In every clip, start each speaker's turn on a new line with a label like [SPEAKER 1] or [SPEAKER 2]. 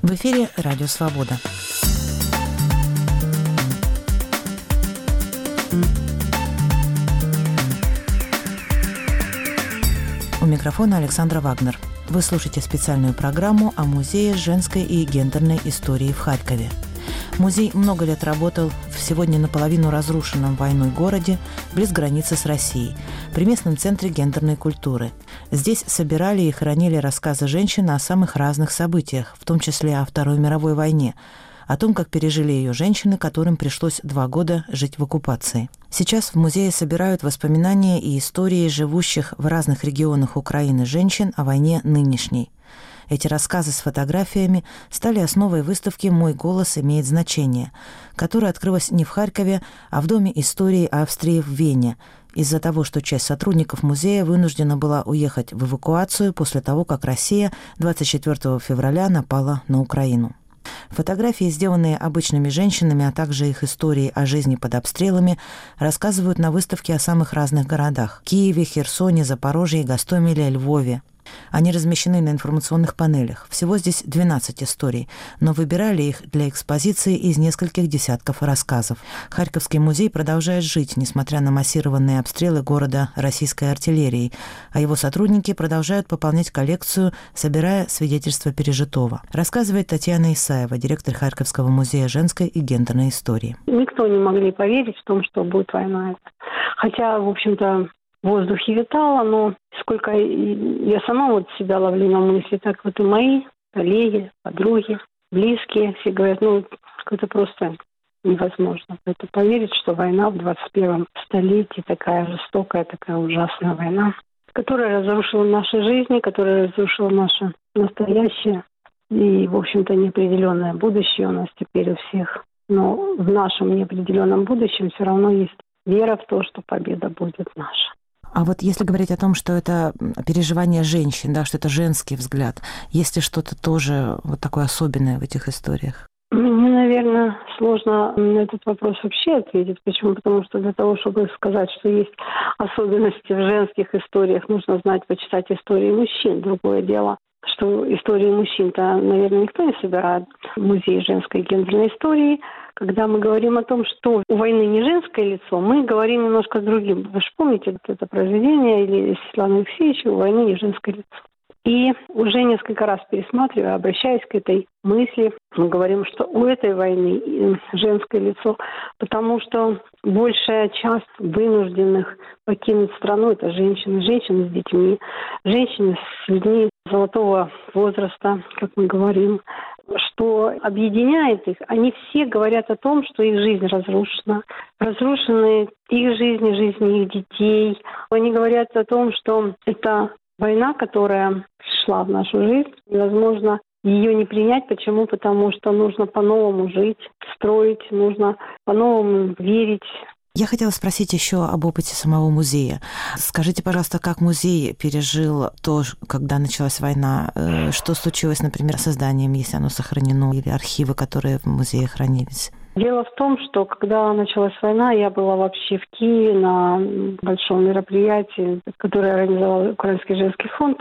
[SPEAKER 1] В эфире «Радио Свобода». У микрофона Александра Вагнер. Вы слушаете специальную программу о Музее женской и гендерной истории в Харькове. Музей много лет работал в сегодня наполовину разрушенном войной городе близ границы с Россией, при местном центре гендерной культуры. Здесь собирали и хранили рассказы женщин о самых разных событиях, в том числе о Второй мировой войне, о том, как пережили ее женщины, которым пришлось 2 года жить в оккупации. Сейчас в музее собирают воспоминания и истории живущих в разных регионах Украины женщин о войне нынешней. Эти рассказы с фотографиями стали основой выставки «Мой голос имеет значение», которая открылась не в Харькове, а в Доме истории Австрии в Вене, из-за того, что часть сотрудников музея вынуждена была уехать в эвакуацию после того, как Россия 24 февраля напала на Украину. Фотографии, сделанные обычными женщинами, а также их истории о жизни под обстрелами, рассказывают на выставке о самых разных городах – Киеве, Херсоне, Запорожье, Гостомеле, Львове. Они размещены на информационных панелях. Всего здесь 12 историй, но выбирали их для экспозиции из нескольких десятков рассказов. Харьковский музей продолжает жить, несмотря на массированные обстрелы города российской артиллерией, а его сотрудники продолжают пополнять коллекцию, собирая свидетельства пережитого. Рассказывает Татьяна Исаева, директор Харьковского музея женской и гендерной истории.
[SPEAKER 2] Никто не могли поверить в том, что будет война. Хотя, в общем-то, в воздухе витало, но сколько я сама вот себя ловлю на мысли, так вот и мои коллеги, подруги, близкие, все говорят, это просто невозможно. Это поверить, что война в 21 столетии, такая жестокая, такая ужасная война, которая разрушила наши жизни, которая разрушила наше настоящее и, в общем-то, неопределенное будущее у нас теперь у всех. Но в нашем неопределенном будущем все равно есть вера в то, что победа будет наша.
[SPEAKER 1] А вот если говорить о том, что это переживание женщин, да, что это женский взгляд, есть ли что-то тоже вот такое особенное в этих историях?
[SPEAKER 2] Мне, наверное, сложно на этот вопрос вообще ответить. Почему? Потому что для того, чтобы сказать, что есть особенности в женских историях, нужно знать, почитать истории мужчин. Другое дело, что истории мужчин-то, наверное, никто не собирает в музее женской и гендерной истории. Когда мы говорим о том, что у войны не женское лицо, мы говорим немножко с другим. Вы же помните это произведение или Светланы Алексеевича «У войны не женское лицо». И уже несколько раз пересматривая, обращаясь к этой мысли, мы говорим, что у этой войны женское лицо, потому что большая часть вынужденных покинуть страну – это женщины, женщины с детьми, женщины с людьми золотого возраста, как мы говорим. Что объединяет их, они все говорят о том, что их жизнь разрушена. Разрушены их жизни, жизни их детей. Они говорят о том, что это война, которая шла в нашу жизнь. Невозможно ее не принять. Почему? Потому что нужно по-новому жить, строить, нужно по-новому верить.
[SPEAKER 1] Я хотела спросить еще об опыте самого музея. Скажите, пожалуйста, как музей пережил то, когда началась война? Что случилось, например, с изданием, если оно сохранено, или архивы, которые в музее хранились?
[SPEAKER 2] Дело в том, что когда началась война, я была вообще в Киеве на большом мероприятии, которое организовал Украинский женский фонд.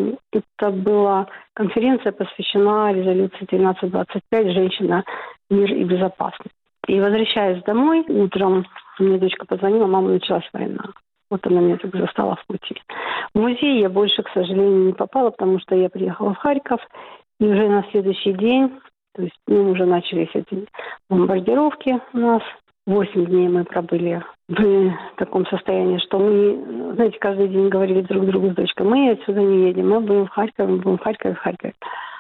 [SPEAKER 2] Это была конференция, посвящена резолюции 1325 «Женщина, мир и безопасность». И возвращаясь домой, утром мне дочка позвонила, мама, началась война. Вот она меня так застала в пути. В музей я больше, к сожалению, не попала, потому что я приехала в Харьков. И уже на следующий день, то есть уже начались эти бомбардировки у нас. 8 дней мы пробыли в таком состоянии, что мы, знаете, каждый день говорили друг другу с дочкой, мы отсюда не едем, мы будем в Харькове, в Харькове.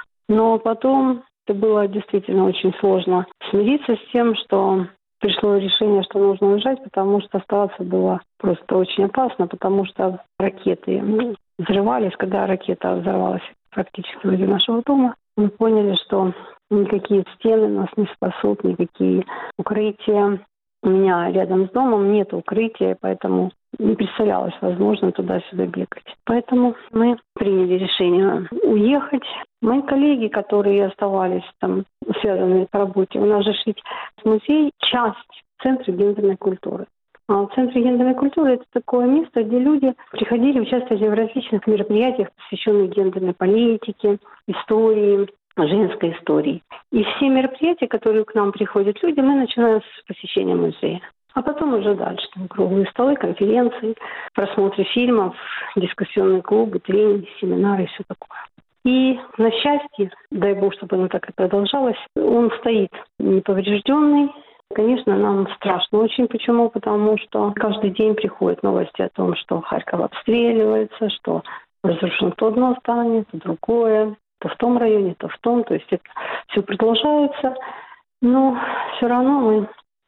[SPEAKER 2] Но потом это было действительно очень сложно смириться с тем, что пришло решение, что нужно уезжать, потому что оставаться было просто очень опасно, потому что ракеты взрывались. Когда ракета взорвалась практически возле нашего дома, мы поняли, что никакие стены нас не спасут, никакие укрытия. У меня рядом с домом нет укрытия, поэтому не представлялось возможно туда-сюда бегать. Поэтому мы приняли решение уехать. Мои коллеги, которые оставались там, связанные по работе, у нас же ведь музей – часть Центра гендерной культуры. А в Центре гендерной культуры – это такое место, где люди приходили, участвовали в различных мероприятиях, посвященных гендерной политике, истории, женской истории. И все мероприятия, которые к нам приходят люди, мы начинаем с посещения музея. А потом уже дальше. Там круглые столы, конференции, просмотры фильмов, дискуссионные клубы, тренинги, семинары и все такое. И на счастье, дай бог, чтобы оно так и продолжалось, он стоит неповрежденный. Конечно, нам страшно очень. Почему? Потому что каждый день приходят новости о том, что Харьков обстреливается, что разрушено то одно здание, то другое, то в том районе, то в том. То есть это все продолжается. Но все равно мы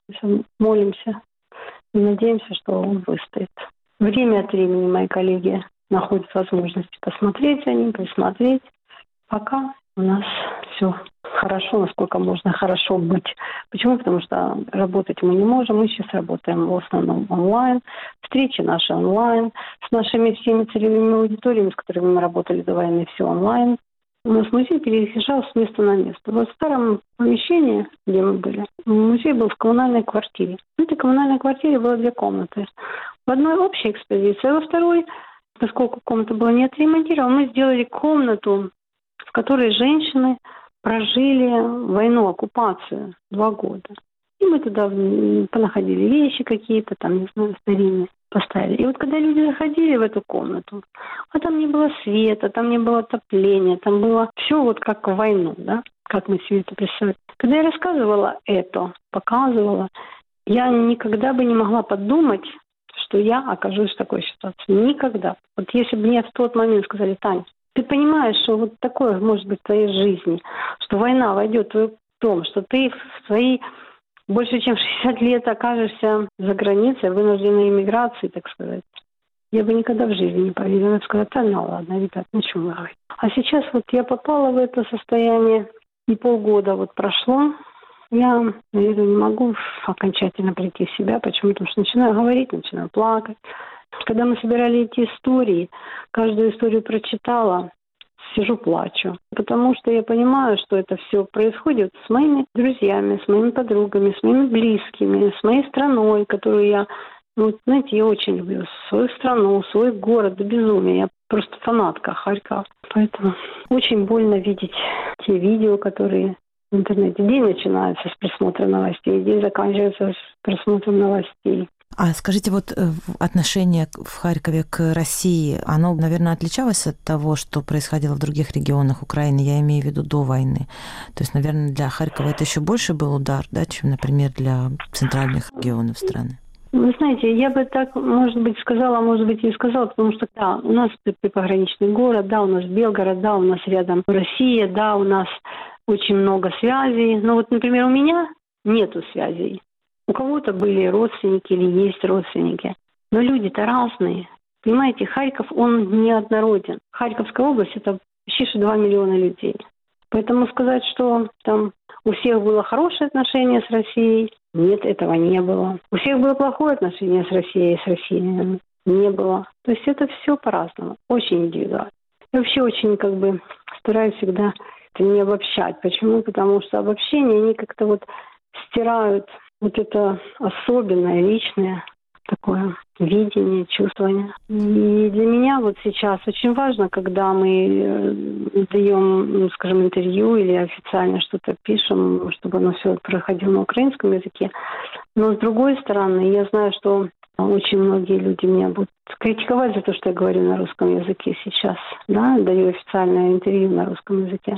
[SPEAKER 2] молимся и надеемся, что он выстоит. Время от времени мои коллеги находят возможность посмотреть за ним, присмотреть. Пока у нас все хорошо, насколько можно хорошо быть. Почему? Потому что работать мы не можем. Мы сейчас работаем в основном онлайн. Встречи наши онлайн. С нашими всеми целевыми аудиториями, с которыми мы работали до войны, все онлайн. У нас музей переезжал с места на место. Вот в старом помещении, где мы были, музей был в коммунальной квартире. В этой коммунальной квартире было 2 комнаты. В одной общая экспозиция, а во второй, поскольку комната была не отремонтирована, мы сделали комнату, в которой женщины прожили войну, оккупацию 2 года. И мы туда понаходили вещи какие-то, там, не знаю, старинные, поставили. И вот когда люди заходили в эту комнату, а там не было света, там не было отопления, там было все вот как в войну, да, как мы себе это представляем. Когда я рассказывала это, показывала, я никогда бы не могла подумать, что я окажусь в такой ситуации. Никогда. Вот если бы мне в тот момент сказали: Тань, ты понимаешь, что вот такое может быть в твоей жизни, что война войдет в твой дом, что ты в свои больше чем 60 лет окажешься за границей, вынужденной эмиграции, так сказать. Я бы никогда в жизни не поверила. Я бы сказала: да, ну ладно, ребят, ну что вы говорите. А сейчас вот я попала в это состояние, и полгода вот прошло. Я, наверное, не могу окончательно прийти в себя. Почему? Потому что начинаю говорить, начинаю плакать. Когда мы собирали эти истории, каждую историю прочитала, сижу, плачу. Потому что я понимаю, что это все происходит с моими друзьями, с моими подругами, с моими близкими, с моей страной, которую я, ну, знаете, я очень люблю свою страну, свой город до безумия. Я просто фанатка Харькова. Поэтому очень больно видеть те видео, которые в интернете. День начинается с просмотра новостей, день заканчивается с просмотром новостей.
[SPEAKER 1] А скажите, вот отношение в Харькове к России, оно, наверное, отличалось от того, что происходило в других регионах Украины, я имею в виду до войны? То есть, наверное, для Харькова это еще больше был удар, да, чем, например, для центральных регионов страны?
[SPEAKER 2] Вы знаете, я бы так, может быть, сказала, а может быть, и не сказала, потому что, да, у нас приграничный город, да, у нас Белгород, да, у нас рядом Россия, да, у нас очень много связей. Но вот, например, у меня нету связей. У кого-то были родственники или есть родственники. Но люди-то разные. Понимаете, Харьков, он неоднороден. Харьковская область – это почти 2 миллиона людей. Поэтому сказать, что там у всех было хорошее отношение с Россией, нет, этого не было. У всех было плохое отношение с Россией и с россиянами, не было. То есть это все по-разному, очень индивидуально. Я вообще очень стараюсь всегда это не обобщать. Почему? Потому что обобщения, они как-то вот стирают вот это особенное, личное такое видение, чувствование. И для меня вот сейчас очень важно, когда мы даем, скажем, интервью или официально что-то пишем, чтобы оно все проходило на украинском языке. Но с другой стороны, я знаю, что очень многие люди меня будут критиковать за то, что я говорю на русском языке сейчас. Да, даю официальное интервью на русском языке.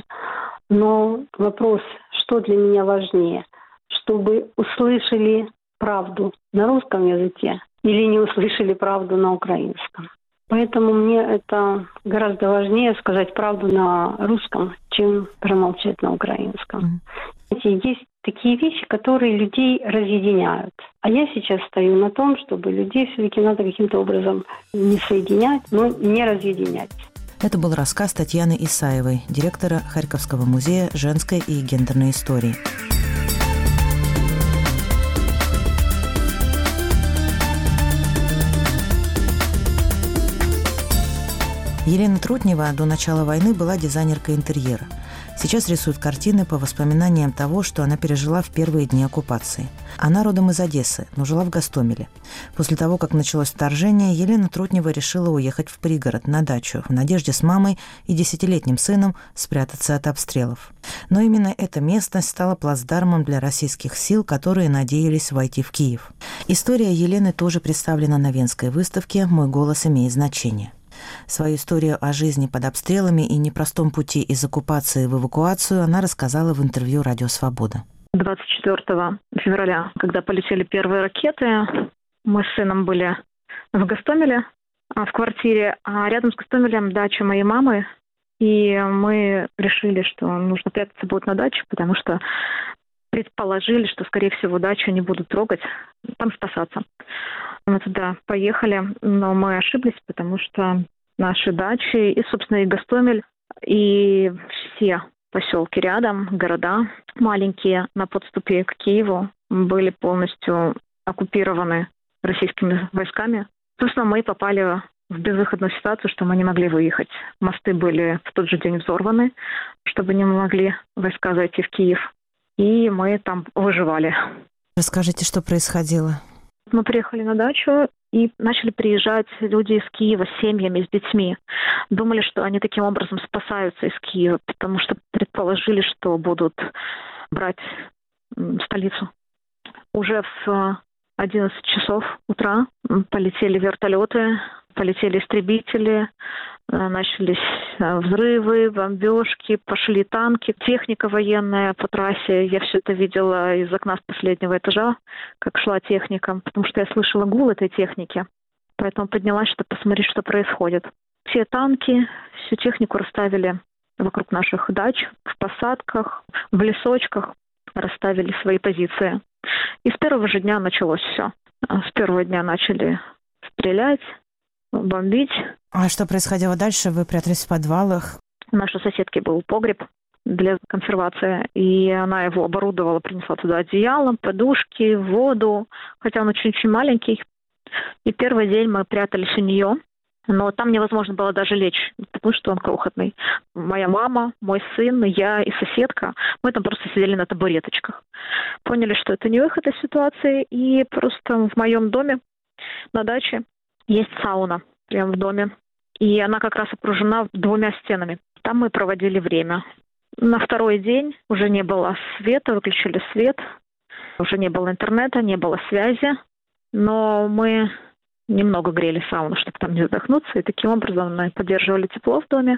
[SPEAKER 2] Но вопрос, что для меня важнее, чтобы услышали правду на русском языке или не услышали правду на украинском. Поэтому мне это гораздо важнее сказать правду на русском, чем промолчать на украинском. Есть такие вещи, которые людей разъединяют. А я сейчас стою на том, чтобы людей все-таки надо каким-то образом не соединять, но не разъединять.
[SPEAKER 1] Это был рассказ Татьяны Исаевой, директора Харьковского музея женской и гендерной истории. Елена Трутнева до начала войны была дизайнеркой интерьера. Сейчас рисует картины по воспоминаниям того, что она пережила в первые дни оккупации. Она родом из Одессы, но жила в Гостомеле. После того, как началось вторжение, Елена Трутнева решила уехать в пригород, на дачу, в надежде с мамой и 10-летним сыном спрятаться от обстрелов. Но именно эта местность стала плацдармом для российских сил, которые надеялись войти в Киев. История Елены тоже представлена на Венской выставке «Мой голос имеет значение». Свою историю о жизни под обстрелами и непростом пути из оккупации в эвакуацию она рассказала в интервью «Радио Свобода».
[SPEAKER 3] 24 февраля, когда полетели первые ракеты, мы с сыном были в Гостомеле, в квартире, а рядом с Гостомелем дача моей мамы. И мы решили, что нужно прятаться будет на даче, потому что предположили, что, скорее всего, дачу не будут трогать, там спасаться. Мы туда поехали, но мы ошиблись, потому что наши дачи и, собственно, и Гостомель, и все поселки рядом, города маленькие на подступе к Киеву были полностью оккупированы российскими войсками. Собственно, мы попали в безвыходную ситуацию, что мы не могли выехать. Мосты были в тот же день взорваны, чтобы не могли войска зайти в Киев. И мы там выживали.
[SPEAKER 1] Расскажите, что происходило?
[SPEAKER 3] Мы приехали на дачу, и начали приезжать люди из Киева с семьями, с детьми. Думали, что они таким образом спасаются из Киева, потому что предположили, что будут брать столицу. Уже в 11 часов утра полетели вертолеты, полетели истребители, начались взрывы, бомбежки, пошли танки, техника военная по трассе. Я все это видела из окна с последнего этажа, как шла техника, потому что я слышала гул этой техники. Поэтому поднялась, чтобы посмотреть, что происходит. Все танки, всю технику расставили вокруг наших дач, в посадках, в лесочках, расставили свои позиции. И с первого же дня началось все. С первого дня начали стрелять, бомбить.
[SPEAKER 1] А что происходило дальше? Вы прятались в подвалах?
[SPEAKER 3] У нашей соседки был погреб для консервации, и она его оборудовала, принесла туда одеяло, подушки, воду, хотя он очень-очень маленький. И первый день мы прятались у нее, но там невозможно было даже лечь, потому что он крохотный. Моя мама, мой сын, я и соседка, мы там просто сидели на табуреточках. Поняли, что это не выход из ситуации, и просто в моем доме на даче есть сауна, прямо в доме. И она как раз окружена 2 стенами. Там мы проводили время. На второй день уже не было света, выключили свет. Уже не было интернета, не было связи. Но мы немного грели сауну, чтобы там не задохнуться. И таким образом мы поддерживали тепло в доме.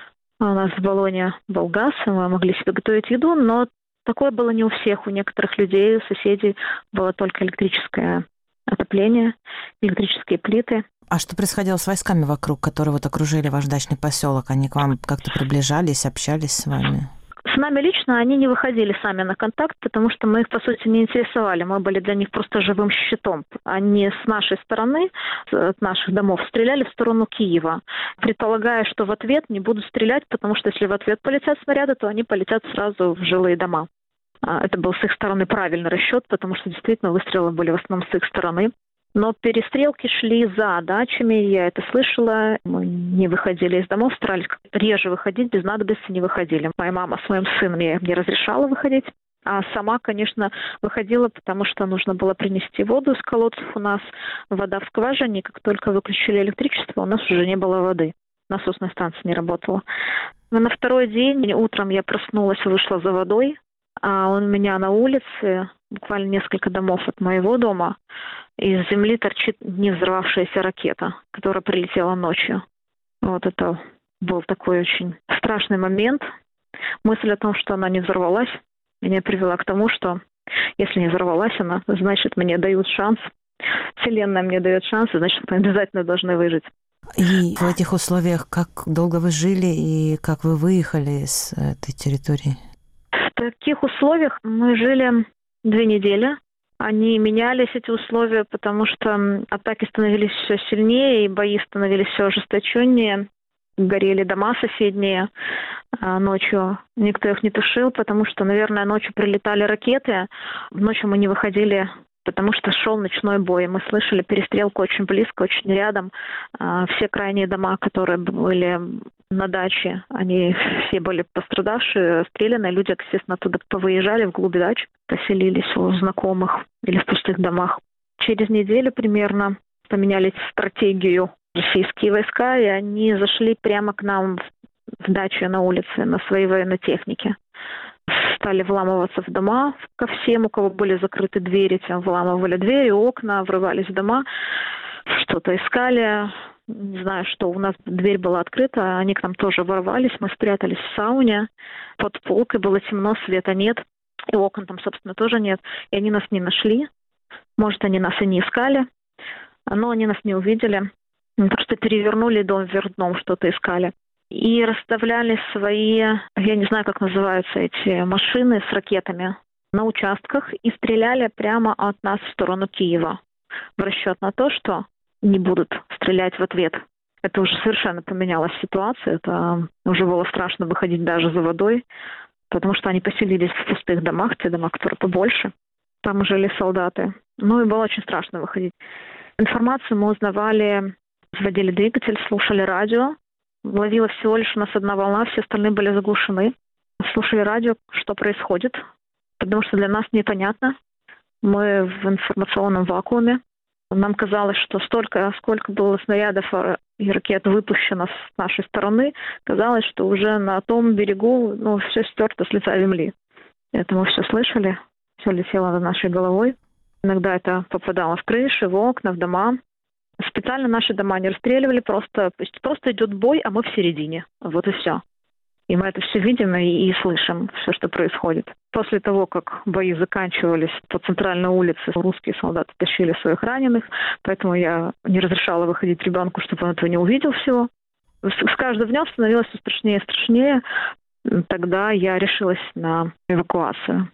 [SPEAKER 3] У нас в баллоне был газ, и мы могли себе готовить еду. Но такое было не у всех. У некоторых людей, у соседей было только электрическое отопление, электрические плиты.
[SPEAKER 1] А что происходило с войсками вокруг, которые вот окружили ваш дачный поселок? Они к вам как-то приближались, общались с вами?
[SPEAKER 3] С нами лично они не выходили сами на контакт, потому что мы их, по сути, не интересовали. Мы были для них просто живым щитом. Они с нашей стороны, от наших домов, стреляли в сторону Киева, предполагая, что в ответ не будут стрелять, потому что если в ответ полетят снаряды, то они полетят сразу в жилые дома. Это был с их стороны правильный расчет, потому что действительно выстрелы были в основном с их стороны. Но перестрелки шли за дачами, я это слышала. Мы не выходили из домов, старались реже выходить, без надобности не выходили. Моя мама с моим сыном не разрешала выходить. А сама, конечно, выходила, потому что нужно было принести воду из колодцев. У нас вода в скважине, как только выключили электричество, у нас уже не было воды. Насосная станция не работала. Но на второй день утром я проснулась, вышла за водой. А он у меня на улице, буквально несколько домов от моего дома. Из земли торчит не взорвавшаяся ракета, которая прилетела ночью. Вот это был такой очень страшный момент. Мысль о том, что она не взорвалась, меня привела к тому, что если не взорвалась она, значит, мне дают шанс. Вселенная мне дает шанс, значит, мы обязательно должны выжить.
[SPEAKER 1] И в этих условиях как долго вы жили и как вы выехали с этой территории?
[SPEAKER 3] В таких условиях мы жили 2 недели. Они менялись, эти условия, потому что атаки становились все сильнее, и бои становились все ожесточеннее. Горели дома соседние ночью. Никто их не тушил, потому что, наверное, ночью прилетали ракеты. Ночью мы не выходили, потому что шел ночной бой. Мы слышали перестрелку очень близко, очень рядом. Все крайние дома, которые были на даче. Они все были пострадавшие, расстреляны. Люди, естественно, оттуда повыезжали вглубь дач, поселились у знакомых или в пустых домах. Через неделю примерно поменяли стратегию российские войска, и они зашли прямо к нам в дачу на улице на своей военной технике. Стали вламываться в дома ко всем, у кого были закрыты двери, тем вламывали двери, окна, врывались в дома, что-то искали. Не знаю, что у нас дверь была открыта, они к нам тоже ворвались, мы спрятались в сауне, под полкой было темно, света нет, и окон там, собственно, тоже нет, и они нас не нашли. Может, они нас и не искали, но они нас не увидели. Просто перевернули дом вверх дном, что-то искали. И расставляли свои, я не знаю, как называются эти машины с ракетами, на участках и стреляли прямо от нас в сторону Киева. В расчет на то, что не будут стрелять в ответ. Это уже совершенно поменялась ситуация. Это уже было страшно выходить даже за водой, потому что они поселились в пустых домах, те дома, которые побольше. Там жили солдаты. Ну и было очень страшно выходить. Информацию мы узнавали, вводили двигатель, слушали радио. Ловила всего лишь у нас одна волна, все остальные были заглушены. Слушали радио, что происходит, потому что для нас непонятно. Мы в информационном вакууме. Нам казалось, что сколько было снарядов и ракет выпущено с нашей стороны, казалось, что уже на том берегу все стерто с лица земли. Это мы все слышали, все летело над нашей головой. Иногда это попадало в крыши, в окна, в дома. Специально наши дома не расстреливали, просто идет бой, а мы в середине. Вот и все. И мы это все видим и слышим, все, что происходит. После того, как бои заканчивались по центральной улице, русские солдаты тащили своих раненых, поэтому я не разрешала выходить ребенку, чтобы он этого не увидел всего. С каждым днем становилось все страшнее и страшнее. Тогда я решилась на эвакуацию.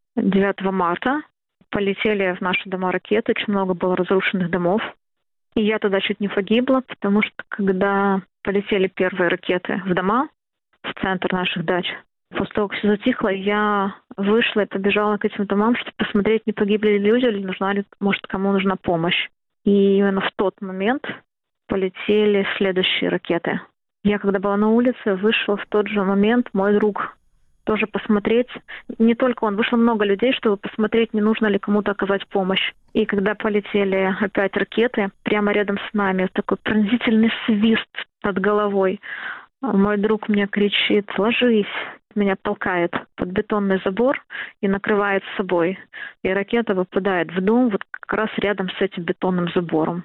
[SPEAKER 3] 9 марта полетели в наши дома ракеты, очень много было разрушенных домов. И я тогда чуть не погибла, потому что когда полетели первые ракеты в дома, в центр наших дач, после того, как все затихло, я вышла и побежала к этим домам, чтобы посмотреть, не погибли ли люди, или нужна ли, может, кому нужна помощь. И именно в тот момент полетели следующие ракеты. Я, когда была на улице, вышел в тот же момент мой друг тоже посмотреть. Не только он, вышло много людей, чтобы посмотреть, не нужно ли кому-то оказать помощь. И когда полетели опять ракеты, прямо рядом с нами такой пронзительный свист над головой. Мой друг мне кричит: «Ложись!» Меня толкает под бетонный забор и накрывает с собой. И ракета выпадает в дом вот как раз рядом с этим бетонным забором.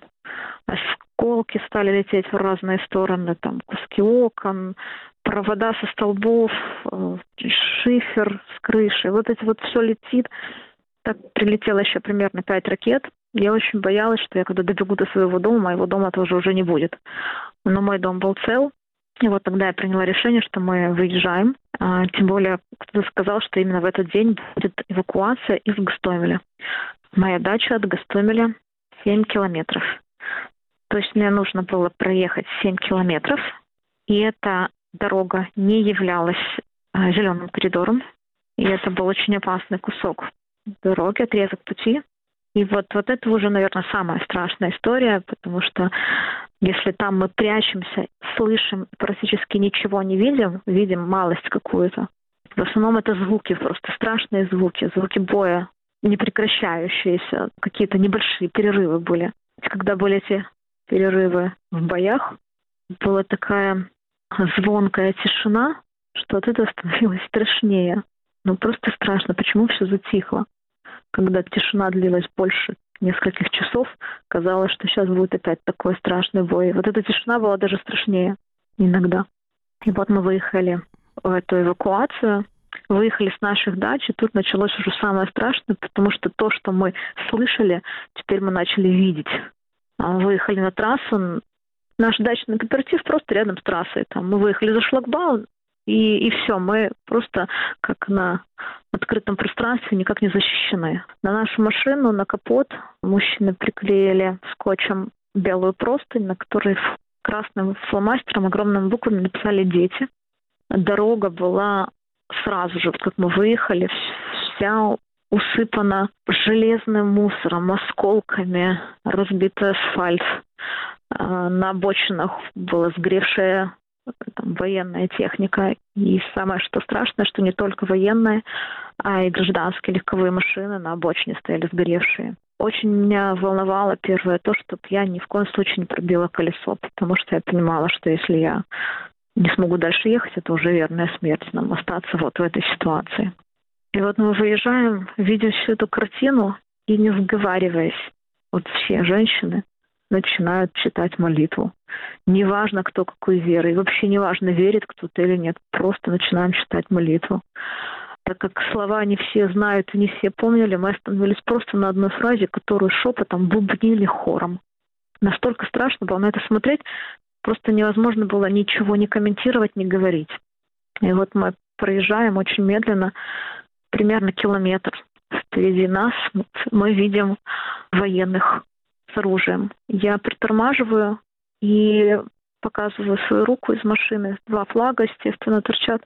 [SPEAKER 3] Осколки стали лететь в разные стороны, там куски окон, провода со столбов, шифер с крыши. Вот это вот все летит. Так прилетело еще примерно 5 ракет. Я очень боялась, что я когда добегу до своего дома, моего дома тоже уже не будет. Но мой дом был цел. И вот тогда я приняла решение, что мы выезжаем. Тем более кто-то сказал, что именно в этот день будет эвакуация из Гостомеля. Моя дача от Гостомеля 7 километров. То есть мне нужно было проехать 7 километров. И эта дорога не являлась зеленым коридором. И это был очень опасный кусок дороги, отрезок пути. И вот это уже, наверное, самая страшная история, потому что если там мы прячемся, слышим, практически ничего не видим малость какую-то. В основном это звуки, просто страшные звуки боя, непрекращающиеся, какие-то небольшие перерывы были. Когда были эти перерывы в боях, была такая звонкая тишина, что от этого становилось страшнее. Просто страшно, почему все затихло. Когда тишина длилась больше нескольких часов, казалось, что сейчас будет опять такой страшный бой. Вот эта тишина была даже страшнее иногда. И вот мы выехали в эту эвакуацию, выехали с наших дач, и тут началось уже самое страшное, потому что то, что мы слышали, теперь мы начали видеть. Выехали на трассу. Наш дачный кооператив просто рядом с трассой. Там мы выехали за шлагбаум, и все, мы просто как на открытом пространстве, никак не защищены. На нашу машину, на капот мужчины приклеили скотчем белую простынь, на которой красным фломастером огромными буквами написали «Дети». Дорога была сразу же, как мы выехали, вся усыпана железным мусором, осколками, разбитый асфальт. На обочинах была сгоревшая там, военная техника. И самое что страшное, что не только военная, а и гражданские легковые машины на обочине стояли сгоревшие. Очень меня волновало первое то, чтобы я ни в коем случае не пробила колесо, потому что я понимала, что если я не смогу дальше ехать, это уже верная смерть нам остаться вот в этой ситуации. И вот мы выезжаем, видим всю эту картину, и не сговариваясь, вот все женщины начинают читать молитву. Неважно, кто какой веры, и вообще неважно, верит кто-то или нет, просто начинаем читать молитву. Так как слова не все знают и не все помнили, мы остановились просто на одной фразе, которую шепотом бубнили хором. Настолько страшно было на это смотреть, просто невозможно было ничего не комментировать, не говорить. И вот мы проезжаем очень медленно, примерно километр. Впереди нас мы видим военных с оружием. Я притормаживаю и показываю свою руку из машины. 2 флага, естественно, торчат.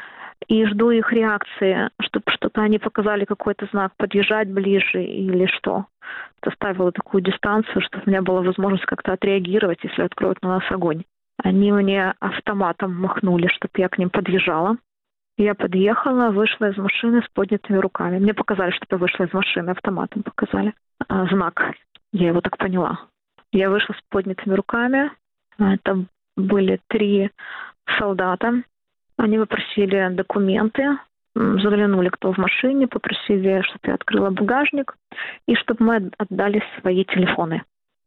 [SPEAKER 3] И жду их реакции, чтобы что-то они показали, какой-то знак, подъезжать ближе или что. Оставила такую дистанцию, чтобы у меня была возможность как-то отреагировать, если откроют на нас огонь. Они мне автоматом махнули, чтобы я к ним подъезжала. Я подъехала, вышла из машины с поднятыми руками. Мне показали, что я вышла из машины, автоматом показали. Знак, я его так поняла. Я вышла с поднятыми руками. Это были 3 солдата. Они попросили документы, заглянули, кто в машине, попросили, чтобы я открыла багажник и чтобы мы отдали свои телефоны.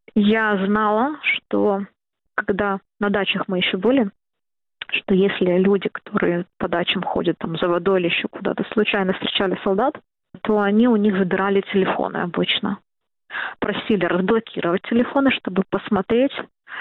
[SPEAKER 3] Я знала, что когда на дачах мы еще были, что если люди, которые по дачам ходят там за водой или еще куда-то, случайно встречали солдат, то они у них забирали телефоны обычно. Просили разблокировать телефоны, чтобы посмотреть,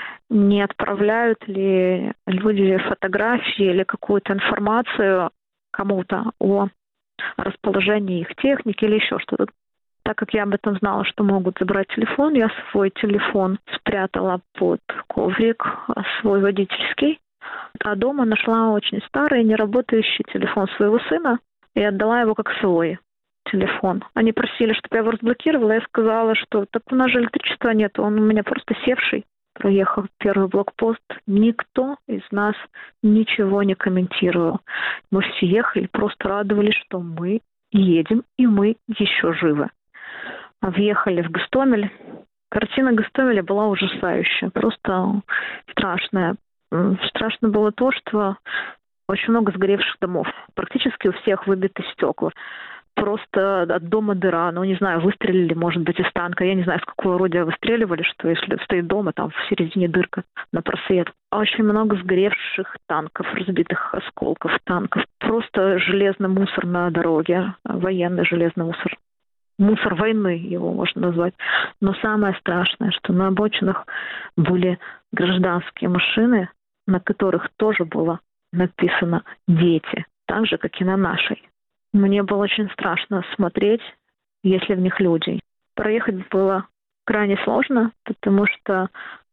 [SPEAKER 3] не отправляют ли люди фотографии или какую-то информацию кому-то о расположении их техники или еще что-то. Так как я об этом знала, что могут забрать телефон, я свой телефон спрятала под коврик, свой водительский. А дома нашла очень старый, неработающий телефон своего сына и отдала его как свой телефон. Они просили, чтобы я его разблокировала. Я сказала, что так у нас же электричества нет, он у меня просто севший. Проехал первый блокпост. Никто из нас ничего не комментировал. Мы все ехали, просто радовались, что мы едем, и мы еще живы. Въехали в Гостомель. Картина Гостомеля была ужасающая, просто страшная. Страшно было то, что очень много сгоревших домов. Практически у всех выбиты стекла. Просто от дома дыра. Ну, не знаю, выстрелили, может быть, из танка. Я не знаю, с какого орудия выстреливали, что если стоит дома, там в середине дырка на просвет. Очень много сгоревших танков, разбитых осколков танков. Просто железный мусор на дороге. Военный железный мусор. Мусор войны его можно назвать. Но самое страшное, что на обочинах были гражданские машины, на которых тоже было написано «дети», так же, как и на нашей. Мне было очень страшно смотреть, если в них люди. Проехать было крайне сложно, потому что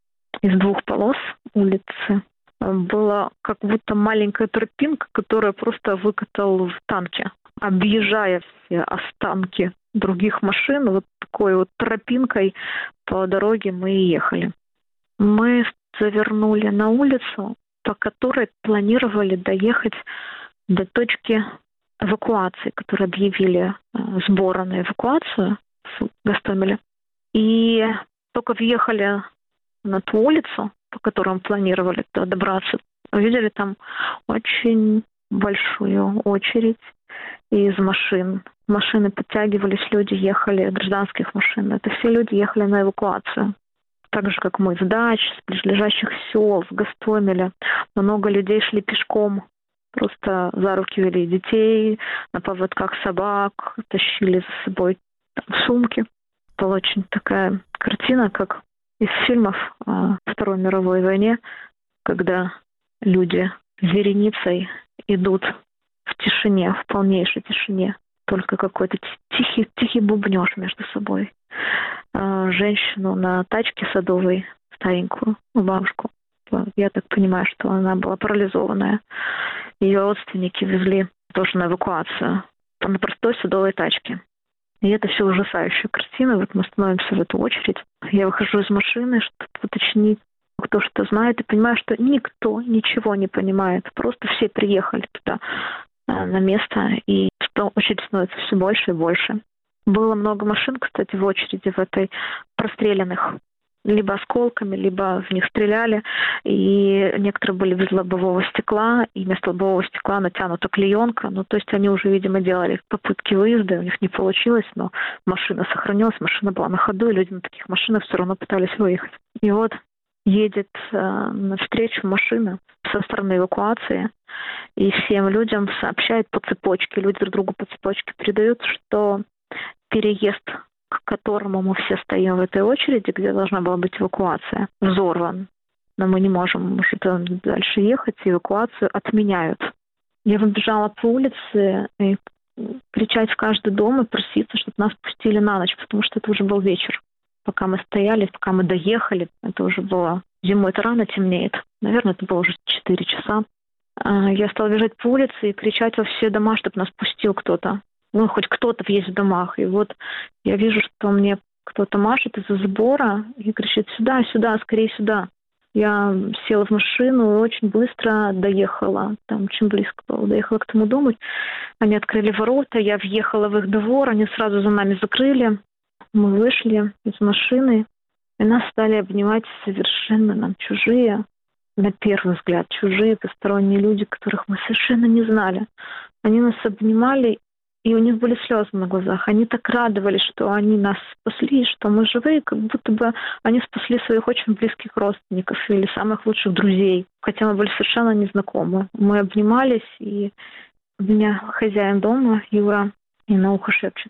[SPEAKER 3] из 2 полос улицы была как будто маленькая тропинка, которая просто выкатал в танке. Объезжая все останки других машин, вот такой вот тропинкой по дороге мы и ехали. Мы завернули на улицу, по которой планировали доехать до точки эвакуации, которые объявили сборы на эвакуацию с Гостомеля. И только въехали на ту улицу, по которой мы планировали туда добраться, увидели там очень большую очередь из машин. Машины подтягивались, люди ехали, гражданских машин. Это все люди ехали на эвакуацию. Так же, как мы, с дач, с ближайших сел, с Гостомеля. Много людей шли пешком, просто за руки вели детей, на поводках собак, тащили за собой сумки. Была очень такая картина, как из фильмов о Второй мировой войне, когда люди вереницей идут в тишине, в полнейшей тишине. Только какой-то тихий бубнёж между собой. Женщину на тачке садовой, старенькую, бабушку. Я так понимаю, что она была парализованная. Ее родственники везли тоже на эвакуацию на простой садовой тачке. И это все ужасающая картина. Вот мы становимся в эту очередь. Я выхожу из машины, чтобы уточнить, кто что знает, и понимаю, что никто ничего не понимает. Просто все приехали туда на место, и очередь становится все больше и больше. Было много машин, кстати, в очереди в этой простреленных. Либо осколками, либо в них стреляли. И некоторые были без лобового стекла, и вместо лобового стекла натянута клеенка. То есть они уже, видимо, делали попытки выезда, у них не получилось, но машина сохранилась, машина была на ходу, и люди на таких машинах все равно пытались выехать. И вот едет навстречу машина со стороны эвакуации, и всем людям сообщает по цепочке, люди друг другу по цепочке передают, что переезд, к которому мы все стоим в этой очереди, где должна была быть эвакуация, взорван. Но мы не можем уже дальше ехать, и эвакуацию отменяют. Я выбежала по улице и кричать в каждый дом и проситься, чтобы нас пустили на ночь, потому что это уже был вечер. Пока мы стояли, пока мы доехали, это уже было... Зимой это рано темнеет. Наверное, это было уже 4 часа. Я стала бежать по улице и кричать во все дома, чтобы нас пустил кто-то. Хоть кто-то есть в домах. И вот я вижу, что мне кто-то машет из-за забора и кричит: «Сюда, сюда, скорее сюда». Я села в машину и очень быстро доехала. Там очень близко было. Доехала к тому дому. Они открыли ворота, я въехала в их двор, они сразу за нами закрыли. Мы вышли из машины, и нас стали обнимать совершенно нам чужие, на первый взгляд, чужие посторонние люди, которых мы совершенно не знали. Они нас обнимали, и у них были слезы на глазах. Они так радовались, что они нас спасли, что мы живые, как будто бы они спасли своих очень близких родственников или самых лучших друзей, хотя мы были совершенно незнакомы. Мы обнимались, и у меня хозяин дома, Юра, и на ухо шепчет: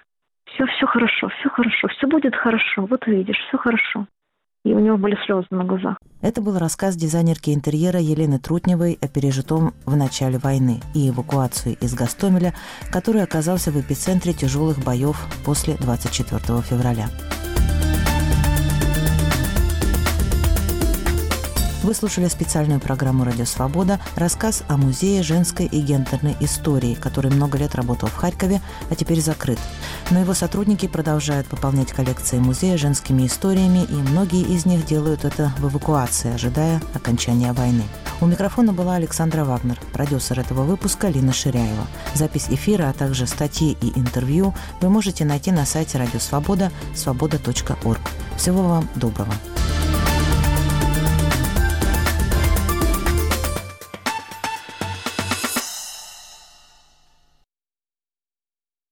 [SPEAKER 3] все хорошо, все будет хорошо, вот увидишь, все хорошо». И у него были слезы на глазах.
[SPEAKER 1] Это был рассказ дизайнерки интерьера Елены Трутневой о пережитом в начале войны и эвакуации из Гостомеля, который оказался в эпицентре тяжелых боев после 24 февраля. Вы слушали специальную программу «Радио Свобода», рассказ о Музее женской и гендерной истории, который много лет работал в Харькове, а теперь закрыт. Но его сотрудники продолжают пополнять коллекции музея женскими историями, и многие из них делают это в эвакуации, ожидая окончания войны. У микрофона была Александра Вагнер, продюсер этого выпуска Лина Ширяева. Запись эфира, а также статьи и интервью вы можете найти на сайте «Радио Свобода» свобода.орг. Всего вам доброго.